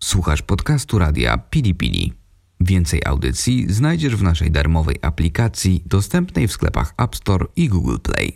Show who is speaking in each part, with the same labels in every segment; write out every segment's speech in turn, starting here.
Speaker 1: Słuchasz podcastu radia Pili Pili. Więcej audycji znajdziesz w naszej darmowej aplikacji dostępnej w sklepach App Store i Google Play.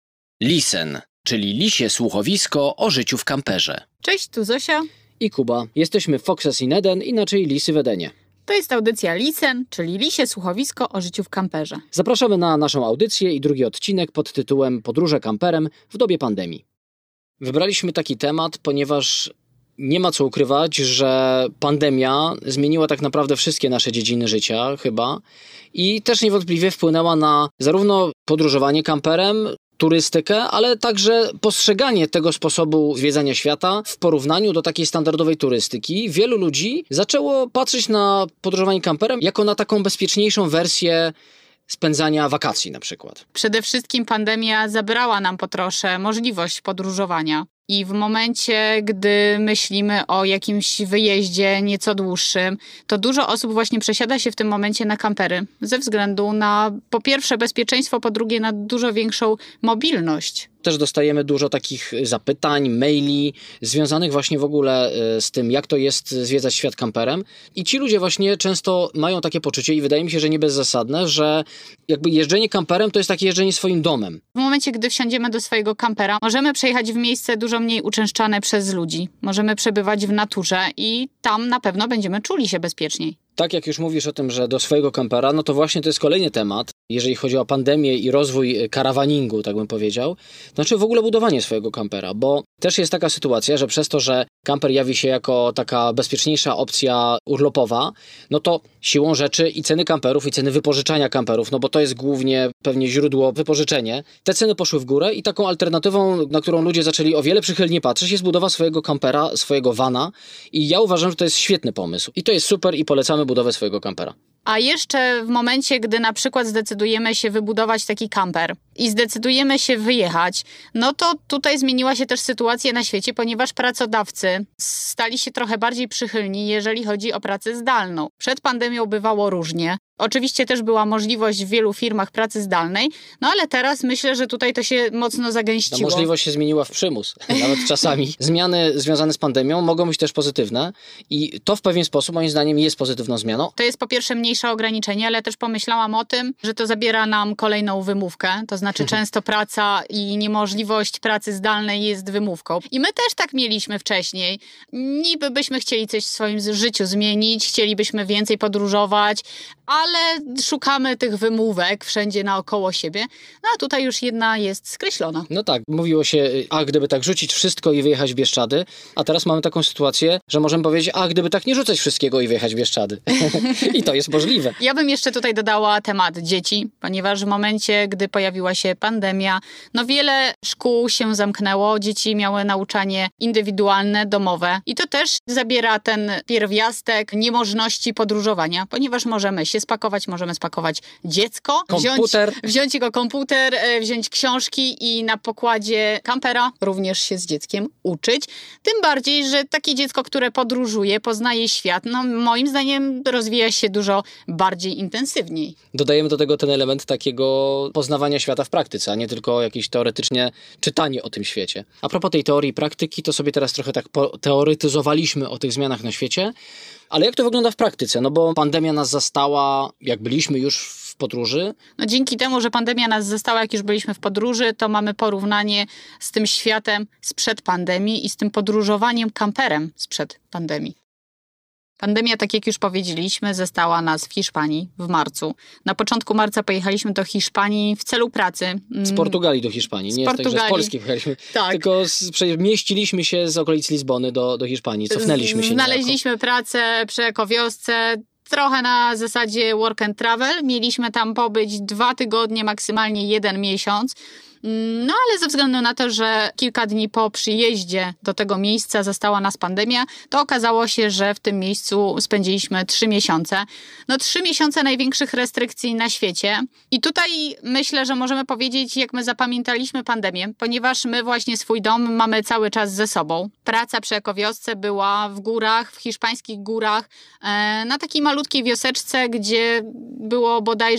Speaker 2: Listen, czyli lisie słuchowisko o życiu w kamperze.
Speaker 3: Cześć, tu Zosia
Speaker 4: i Kuba. Jesteśmy Foxes in Eden, inaczej Lisy w Edenie.
Speaker 3: To jest audycja Listen, czyli lisie słuchowisko o życiu w kamperze.
Speaker 4: Zapraszamy na naszą audycję i drugi odcinek pod tytułem Podróże kamperem w dobie pandemii. Wybraliśmy taki temat, ponieważ nie ma co ukrywać, że pandemia zmieniła tak naprawdę wszystkie nasze dziedziny życia chyba i też niewątpliwie wpłynęła na zarówno podróżowanie kamperem, turystykę, ale także postrzeganie tego sposobu zwiedzania świata w porównaniu do takiej standardowej turystyki. Wielu ludzi zaczęło patrzeć na podróżowanie kamperem jako na taką bezpieczniejszą wersję spędzania wakacji na przykład.
Speaker 3: Przede wszystkim pandemia zabrała nam po trosze możliwość podróżowania. I w momencie, gdy myślimy o jakimś wyjeździe nieco dłuższym, to dużo osób właśnie przesiada się w tym momencie na kampery. Ze względu na po pierwsze bezpieczeństwo, po drugie na dużo większą mobilność.
Speaker 4: Też dostajemy dużo takich zapytań, maili związanych właśnie w ogóle z tym, jak to jest zwiedzać świat kamperem. I ci ludzie właśnie często mają takie poczucie i wydaje mi się, że nie bezzasadne, że jakby jeżdżenie kamperem to jest takie jeżdżenie swoim domem.
Speaker 3: W momencie, gdy wsiądziemy do swojego kampera, możemy przejechać w miejsce dużo mniej uczęszczane przez ludzi. Możemy przebywać w naturze i tam na pewno będziemy czuli się bezpieczniej.
Speaker 4: Tak jak już mówisz o tym, że do swojego kampera, no to właśnie to jest kolejny temat, jeżeli chodzi o pandemię i rozwój karawaningu, tak bym powiedział. Znaczy w ogóle budowanie swojego kampera, bo też jest taka sytuacja, że przez to, że kamper jawi się jako taka bezpieczniejsza opcja urlopowa, no to siłą rzeczy i ceny kamperów, i ceny wypożyczania kamperów, no bo to jest głównie pewnie źródło wypożyczenie, te ceny poszły w górę i taką alternatywą, na którą ludzie zaczęli o wiele przychylnie patrzeć, jest budowa swojego kampera, swojego vana i ja uważam, że to jest świetny pomysł. I to jest super i polecamy budowę swojego kampera.
Speaker 3: A jeszcze w momencie, gdy na przykład zdecydujemy się wybudować taki kamper i zdecydujemy się wyjechać, no to tutaj zmieniła się też sytuacja na świecie, ponieważ pracodawcy stali się trochę bardziej przychylni, jeżeli chodzi o pracę zdalną. Przed pandemią bywało różnie. Oczywiście też była możliwość w wielu firmach pracy zdalnej, no ale teraz myślę, że tutaj to się mocno zagęściło.
Speaker 4: Ta możliwość się zmieniła w przymus, nawet czasami. Zmiany związane z pandemią mogą być też pozytywne i to w pewien sposób moim zdaniem jest pozytywną zmianą.
Speaker 3: To jest po pierwsze mniejsze ograniczenie, ale też pomyślałam o tym, że to zabiera nam kolejną wymówkę, to znaczy często praca i niemożliwość pracy zdalnej jest wymówką. I my też tak mieliśmy wcześniej. Niby byśmy chcieli coś w swoim życiu zmienić, chcielibyśmy więcej podróżować, ale szukamy tych wymówek wszędzie naokoło siebie, no a tutaj już jedna jest skreślona.
Speaker 4: No tak, mówiło się, a gdyby tak rzucić wszystko i wyjechać w Bieszczady, a teraz mamy taką sytuację, że możemy powiedzieć, a gdyby tak nie rzucać wszystkiego i wyjechać w Bieszczady. I to jest możliwe.
Speaker 3: Ja bym jeszcze tutaj dodała temat dzieci, ponieważ w momencie, gdy pojawiła się pandemia, no wiele szkół się zamknęło, dzieci miały nauczanie indywidualne, domowe i to też zabiera ten pierwiastek niemożności podróżowania, ponieważ możemy się spakować, możemy spakować dziecko, wziąć jego komputer, wziąć książki i na pokładzie kampera również się z dzieckiem uczyć. Tym bardziej, że takie dziecko, które podróżuje, poznaje świat, no moim zdaniem rozwija się dużo bardziej intensywniej.
Speaker 4: Dodajemy do tego ten element takiego poznawania świata w praktyce, a nie tylko jakieś teoretycznie czytanie o tym świecie. A propos tej teorii i praktyki, to sobie teraz trochę tak teoretyzowaliśmy o tych zmianach na świecie. Ale jak to wygląda w praktyce? No bo pandemia nas zastała, jak byliśmy już w podróży.
Speaker 3: No dzięki temu, że pandemia nas zastała, jak już byliśmy w podróży, to mamy porównanie z tym światem sprzed pandemii i z tym podróżowaniem kamperem sprzed pandemii. Pandemia, tak jak już powiedzieliśmy, zastała nas w Hiszpanii w marcu. Na początku marca pojechaliśmy do Hiszpanii w celu pracy.
Speaker 4: Z Portugalii do Hiszpanii. Nie jest tak, że z Polski pojechaliśmy.
Speaker 3: Tak.
Speaker 4: Tylko przemieściliśmy się z okolic Lizbony do Hiszpanii. Cofnęliśmy się.
Speaker 3: Znaleźliśmy pracę przy ekowiosce. Trochę na zasadzie work and travel. Mieliśmy tam pobyć 2 tygodnie, maksymalnie 1 miesiąc. No ale ze względu na to, że kilka dni po przyjeździe do tego miejsca zastała nas pandemia, to okazało się, że w tym miejscu spędziliśmy 3 miesiące. No 3 miesiące największych restrykcji na świecie. I tutaj myślę, że możemy powiedzieć, jak my zapamiętaliśmy pandemię, ponieważ my właśnie swój dom mamy cały czas ze sobą. Praca przy ekowiosce była w górach, w hiszpańskich górach, na takiej malutkiej wioseczce, gdzie było bodajże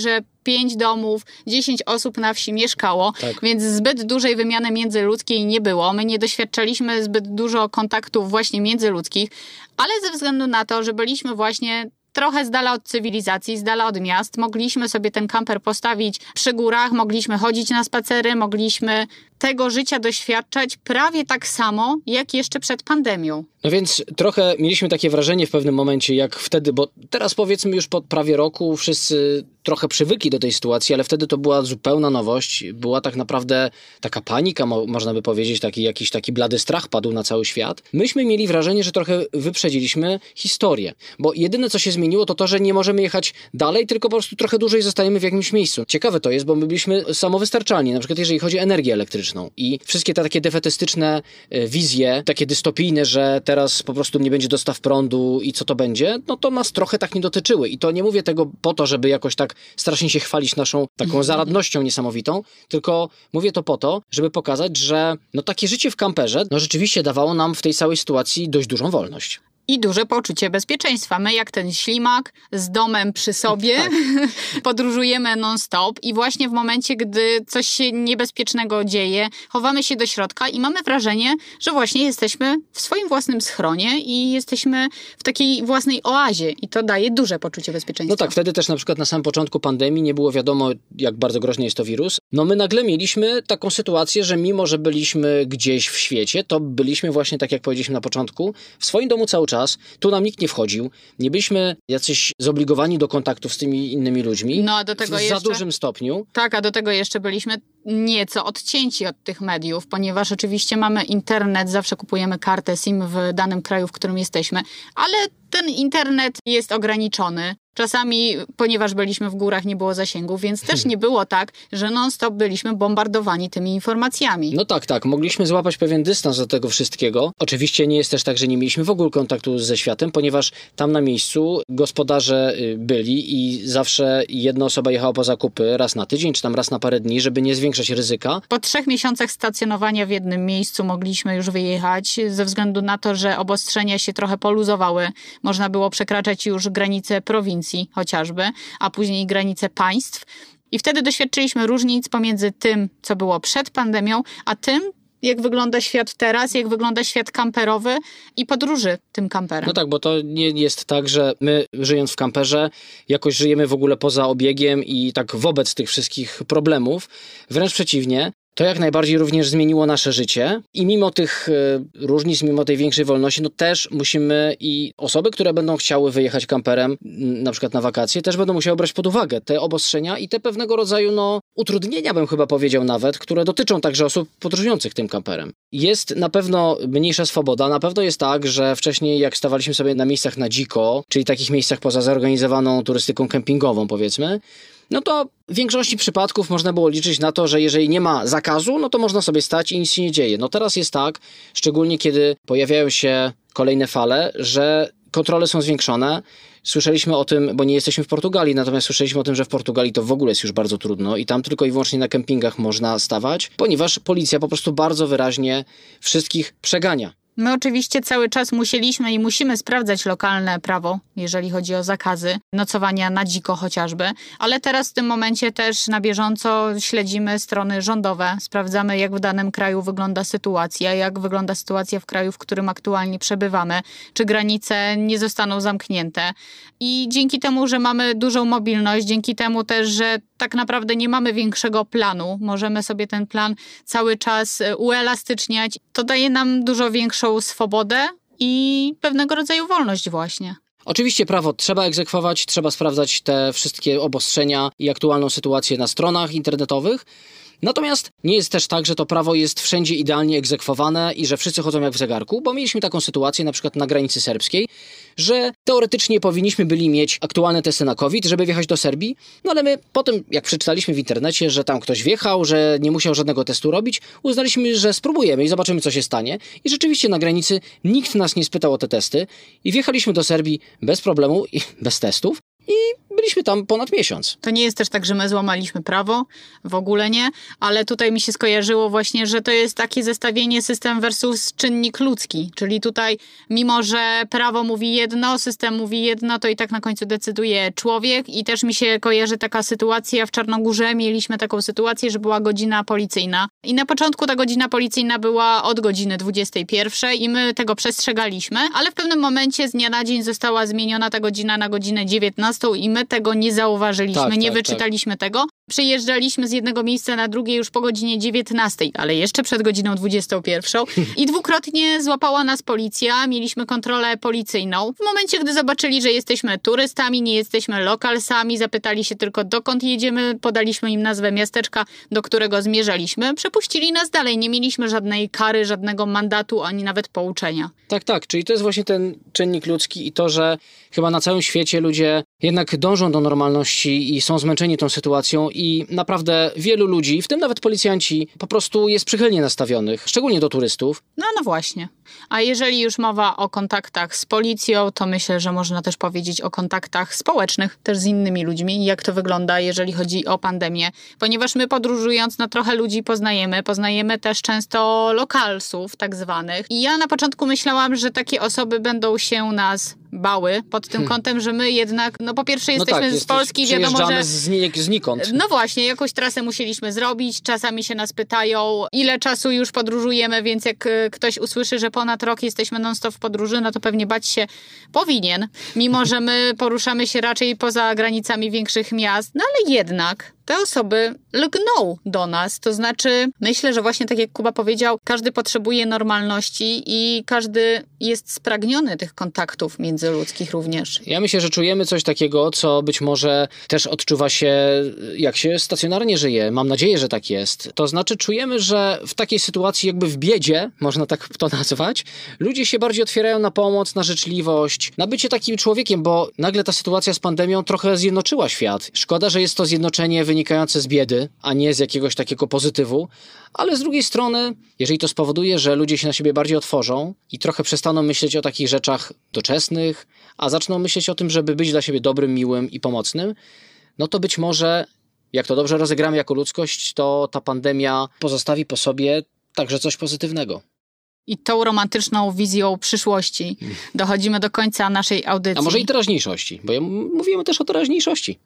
Speaker 3: 5 domów, 10 osób na wsi mieszkało,
Speaker 4: Tak.
Speaker 3: więc zbyt dużej wymiany międzyludzkiej nie było. My nie doświadczaliśmy zbyt dużo kontaktów właśnie międzyludzkich, ale ze względu na to, że byliśmy właśnie trochę z dala od cywilizacji, z dala od miast, mogliśmy sobie ten kamper postawić przy górach, mogliśmy chodzić na spacery, mogliśmy tego życia doświadczać prawie tak samo, jak jeszcze przed pandemią.
Speaker 4: No więc trochę mieliśmy takie wrażenie w pewnym momencie, jak wtedy, bo teraz powiedzmy już po prawie roku wszyscy trochę przywykli do tej sytuacji, ale wtedy to była zupełna nowość. Była tak naprawdę taka panika, można by powiedzieć, jakiś taki blady strach padł na cały świat. Myśmy mieli wrażenie, że trochę wyprzedziliśmy historię, bo jedyne co się zmieniło to, że nie możemy jechać dalej, tylko po prostu trochę dłużej zostajemy w jakimś miejscu. Ciekawe to jest, bo my byliśmy samowystarczalni, na przykład jeżeli chodzi o energię elektryczną i wszystkie te takie defetystyczne wizje, takie dystopijne, że teraz po prostu nie będzie dostaw prądu i co to będzie, no to nas trochę tak nie dotyczyły. I to nie mówię tego po to, żeby jakoś tak strasznie się chwalić naszą taką zaradnością niesamowitą, tylko mówię to po to, żeby pokazać, że no takie życie w kamperze no rzeczywiście dawało nam w tej całej sytuacji dość dużą wolność.
Speaker 3: I duże poczucie bezpieczeństwa. My jak ten ślimak z domem przy sobie podróżujemy non-stop i właśnie w momencie, gdy coś się niebezpiecznego dzieje, chowamy się do środka i mamy wrażenie, że właśnie jesteśmy w swoim własnym schronie i jesteśmy w takiej własnej oazie i to daje duże poczucie bezpieczeństwa.
Speaker 4: No tak, wtedy też na przykład na samym początku pandemii nie było wiadomo, jak bardzo groźny jest to wirus. No my nagle mieliśmy taką sytuację, że mimo, że byliśmy gdzieś w świecie, to byliśmy właśnie, tak jak powiedzieliśmy na początku, w swoim domu cały czas. Tu nam nikt nie wchodził, nie byliśmy jacyś zobligowani do kontaktów z tymi innymi ludźmi
Speaker 3: no, a do tego
Speaker 4: za dużym stopniu.
Speaker 3: Tak, a do tego jeszcze byliśmy nieco odcięci od tych mediów, ponieważ oczywiście mamy internet, zawsze kupujemy kartę SIM w danym kraju, w którym jesteśmy, ale ten internet jest ograniczony. Czasami, ponieważ byliśmy w górach, nie było zasięgów, więc też nie było tak, że non-stop byliśmy bombardowani tymi informacjami.
Speaker 4: No tak, mogliśmy złapać pewien dystans do tego wszystkiego. Oczywiście nie jest też tak, że nie mieliśmy w ogóle kontaktu ze światem, ponieważ tam na miejscu gospodarze byli i zawsze jedna osoba jechała po zakupy raz na tydzień, czy tam raz na parę dni, żeby nie zwiększać ryzyka.
Speaker 3: Po 3 miesiącach stacjonowania w jednym miejscu mogliśmy już wyjechać, ze względu na to, że obostrzenia się trochę poluzowały. Można było przekraczać już granice prowincji chociażby, a później granice państw. I wtedy doświadczyliśmy różnic pomiędzy tym, co było przed pandemią, a tym, jak wygląda świat teraz, jak wygląda świat kamperowy i podróży tym kamperem.
Speaker 4: No tak, bo to nie jest tak, że my żyjąc w kamperze jakoś żyjemy w ogóle poza obiegiem i tak wobec tych wszystkich problemów. Wręcz przeciwnie. To jak najbardziej również zmieniło nasze życie i mimo tych różnic, mimo tej większej wolności, no też musimy i osoby, które będą chciały wyjechać kamperem, na przykład na wakacje, też będą musiały brać pod uwagę te obostrzenia i te pewnego rodzaju utrudnienia, bym chyba powiedział nawet, które dotyczą także osób podróżujących tym kamperem. Jest na pewno mniejsza swoboda, na pewno jest tak, że wcześniej jak stawaliśmy sobie na miejscach na dziko, czyli takich miejscach poza zorganizowaną turystyką kempingową powiedzmy, no to w większości przypadków można było liczyć na to, że jeżeli nie ma zakazu, no to można sobie stać i nic się nie dzieje. No teraz jest tak, szczególnie kiedy pojawiają się kolejne fale, że kontrole są zwiększone. Słyszeliśmy o tym, bo nie jesteśmy w Portugalii, natomiast słyszeliśmy o tym, że w Portugalii to w ogóle jest już bardzo trudno i tam tylko i wyłącznie na kempingach można stawać, ponieważ policja po prostu bardzo wyraźnie wszystkich przegania.
Speaker 3: My oczywiście cały czas musieliśmy i musimy sprawdzać lokalne prawo, jeżeli chodzi o zakazy nocowania na dziko chociażby, ale teraz w tym momencie też na bieżąco śledzimy strony rządowe, sprawdzamy jak w danym kraju wygląda sytuacja, jak wygląda sytuacja w kraju, w którym aktualnie przebywamy, czy granice nie zostaną zamknięte. I dzięki temu, że mamy dużą mobilność, dzięki temu też, że tak naprawdę nie mamy większego planu, możemy sobie ten plan cały czas uelastyczniać, to daje nam dużo większą swobodę i pewnego rodzaju wolność właśnie.
Speaker 4: Oczywiście prawo trzeba egzekwować, trzeba sprawdzać te wszystkie obostrzenia i aktualną sytuację na stronach internetowych. Natomiast nie jest też tak, że to prawo jest wszędzie idealnie egzekwowane i że wszyscy chodzą jak w zegarku, bo mieliśmy taką sytuację na przykład na granicy serbskiej, że teoretycznie powinniśmy byli mieć aktualne testy na COVID, żeby wjechać do Serbii, no ale my potem, jak przeczytaliśmy w internecie, że tam ktoś wjechał, że nie musiał żadnego testu robić, uznaliśmy, że spróbujemy i zobaczymy, co się stanie. I rzeczywiście na granicy nikt nas nie spytał o te testy i wjechaliśmy do Serbii bez problemu i bez testów. I byliśmy tam ponad miesiąc.
Speaker 3: To nie jest też tak, że my złamaliśmy prawo, w ogóle nie, ale tutaj mi się skojarzyło właśnie, że to jest takie zestawienie system versus czynnik ludzki, czyli tutaj mimo, że prawo mówi jedno, system mówi jedno, to i tak na końcu decyduje człowiek i też mi się kojarzy taka sytuacja w Czarnogórze, mieliśmy taką sytuację, że była godzina policyjna i na początku ta godzina policyjna była od godziny 21 i my tego przestrzegaliśmy, ale w pewnym momencie z dnia na dzień została zmieniona ta godzina na godzinę 19 i my tego nie zauważyliśmy, nie wyczytaliśmy tego. Przyjeżdżaliśmy z jednego miejsca na drugie już po godzinie 19, ale jeszcze przed godziną 21 i dwukrotnie złapała nas policja, mieliśmy kontrolę policyjną. W momencie, gdy zobaczyli, że jesteśmy turystami, nie jesteśmy lokalsami, zapytali się tylko dokąd jedziemy, podaliśmy im nazwę miasteczka, do którego zmierzaliśmy, przepuścili nas dalej, nie mieliśmy żadnej kary, żadnego mandatu, ani nawet pouczenia.
Speaker 4: Tak, czyli to jest właśnie ten czynnik ludzki i to, że chyba na całym świecie ludzie jednak dążą do normalności i są zmęczeni tą sytuacją i naprawdę wielu ludzi, w tym nawet policjanci, po prostu jest przychylnie nastawionych, szczególnie do turystów.
Speaker 3: No właśnie. A jeżeli już mowa o kontaktach z policją, to myślę, że można też powiedzieć o kontaktach społecznych, też z innymi ludźmi, jak to wygląda, jeżeli chodzi o pandemię. Ponieważ my podróżując, trochę ludzi poznajemy też często lokalsów tak zwanych. I ja na początku myślałam, że takie osoby będą się nas bały pod tym kątem, że my jednak, po pierwsze jesteśmy z Polski, wiadomo, że
Speaker 4: znikąd.
Speaker 3: No właśnie, jakąś trasę musieliśmy zrobić, czasami się nas pytają, ile czasu już podróżujemy, więc jak ktoś usłyszy, że ponad rok jesteśmy non-stop w podróży, no to pewnie bać się powinien, mimo że my poruszamy się raczej poza granicami większych miast, no ale jednak te osoby lgną do nas, to znaczy myślę, że właśnie tak jak Kuba powiedział, każdy potrzebuje normalności i każdy jest spragniony tych kontaktów międzyludzkich również.
Speaker 4: Ja myślę, że czujemy coś takiego, co być może też odczuwa się, jak się stacjonarnie żyje. Mam nadzieję, że tak jest. To znaczy czujemy, że w takiej sytuacji jakby w biedzie, można tak to nazwać, ludzie się bardziej otwierają na pomoc, na życzliwość, na bycie takim człowiekiem, bo nagle ta sytuacja z pandemią trochę zjednoczyła świat. Szkoda, że jest to zjednoczenie wynikające z biedy, a nie z jakiegoś takiego pozytywu, ale z drugiej strony, jeżeli to spowoduje, że ludzie się na siebie bardziej otworzą i trochę przestaną myśleć o takich rzeczach doczesnych, a zaczną myśleć o tym, żeby być dla siebie dobrym, miłym i pomocnym, no to być może, jak to dobrze rozegramy jako ludzkość, to ta pandemia pozostawi po sobie także coś pozytywnego.
Speaker 3: I tą romantyczną wizją przyszłości dochodzimy do końca naszej audycji.
Speaker 4: A może i teraźniejszości, bo mówimy też o teraźniejszości.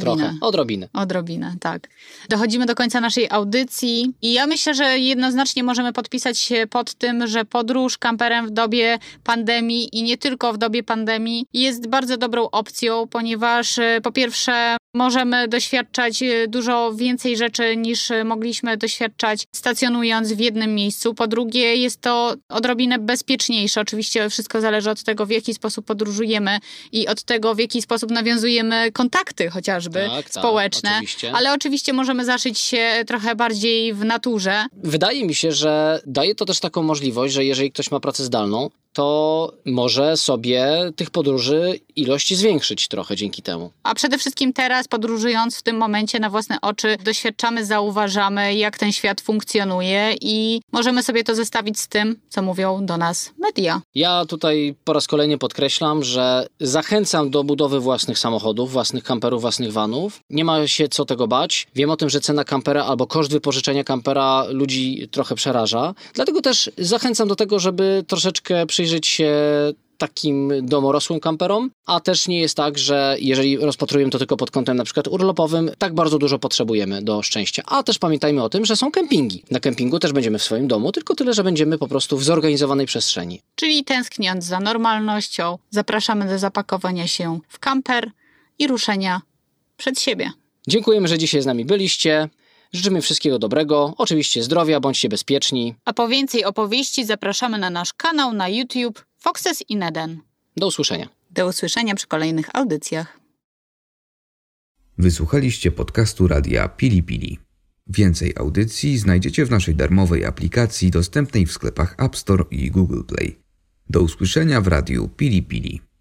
Speaker 4: Odrobinę,
Speaker 3: tak. Dochodzimy do końca naszej audycji i ja myślę, że jednoznacznie możemy podpisać się pod tym, że podróż kamperem w dobie pandemii i nie tylko w dobie pandemii jest bardzo dobrą opcją, ponieważ po pierwsze możemy doświadczać dużo więcej rzeczy niż mogliśmy doświadczać stacjonując w jednym miejscu. Po drugie jest to odrobinę bezpieczniejsze. Oczywiście wszystko zależy od tego, w jaki sposób podróżujemy i od tego, w jaki sposób nawiązujemy kontakty chociażby społeczne.
Speaker 4: Oczywiście.
Speaker 3: Ale oczywiście możemy zaszyć się trochę bardziej w naturze.
Speaker 4: Wydaje mi się, że daje to też taką możliwość, że jeżeli ktoś ma pracę zdalną, to może sobie tych podróży ilość zwiększyć trochę dzięki temu.
Speaker 3: A przede wszystkim teraz, podróżując w tym momencie na własne oczy, doświadczamy, zauważamy, jak ten świat funkcjonuje i możemy sobie to zestawić z tym, co mówią do nas media.
Speaker 4: Ja tutaj po raz kolejny podkreślam, że zachęcam do budowy własnych samochodów, własnych kamperów, własnych vanów. Nie ma się co tego bać. Wiem o tym, że cena kampera albo koszt wypożyczenia kampera ludzi trochę przeraża. Dlatego też zachęcam do tego, żeby troszeczkę przyjrzeć się takim domorosłym kamperom, a też nie jest tak, że jeżeli rozpatrujemy to tylko pod kątem na przykład urlopowym, tak bardzo dużo potrzebujemy do szczęścia. A też pamiętajmy o tym, że są kempingi. Na kempingu też będziemy w swoim domu, tylko tyle, że będziemy po prostu w zorganizowanej przestrzeni.
Speaker 3: Czyli tęskniąc za normalnością, zapraszamy do zapakowania się w kamper i ruszenia przed siebie.
Speaker 4: Dziękujemy, że dzisiaj z nami byliście. Życzymy wszystkiego dobrego, oczywiście zdrowia, bądźcie bezpieczni.
Speaker 3: A po więcej opowieści zapraszamy na nasz kanał na YouTube Foxes in Eden.
Speaker 4: Do usłyszenia.
Speaker 3: Do usłyszenia przy kolejnych audycjach.
Speaker 1: Wysłuchaliście podcastu Radia Pili Pili. Więcej audycji znajdziecie w naszej darmowej aplikacji dostępnej w sklepach App Store i Google Play. Do usłyszenia w Radiu Pili Pili.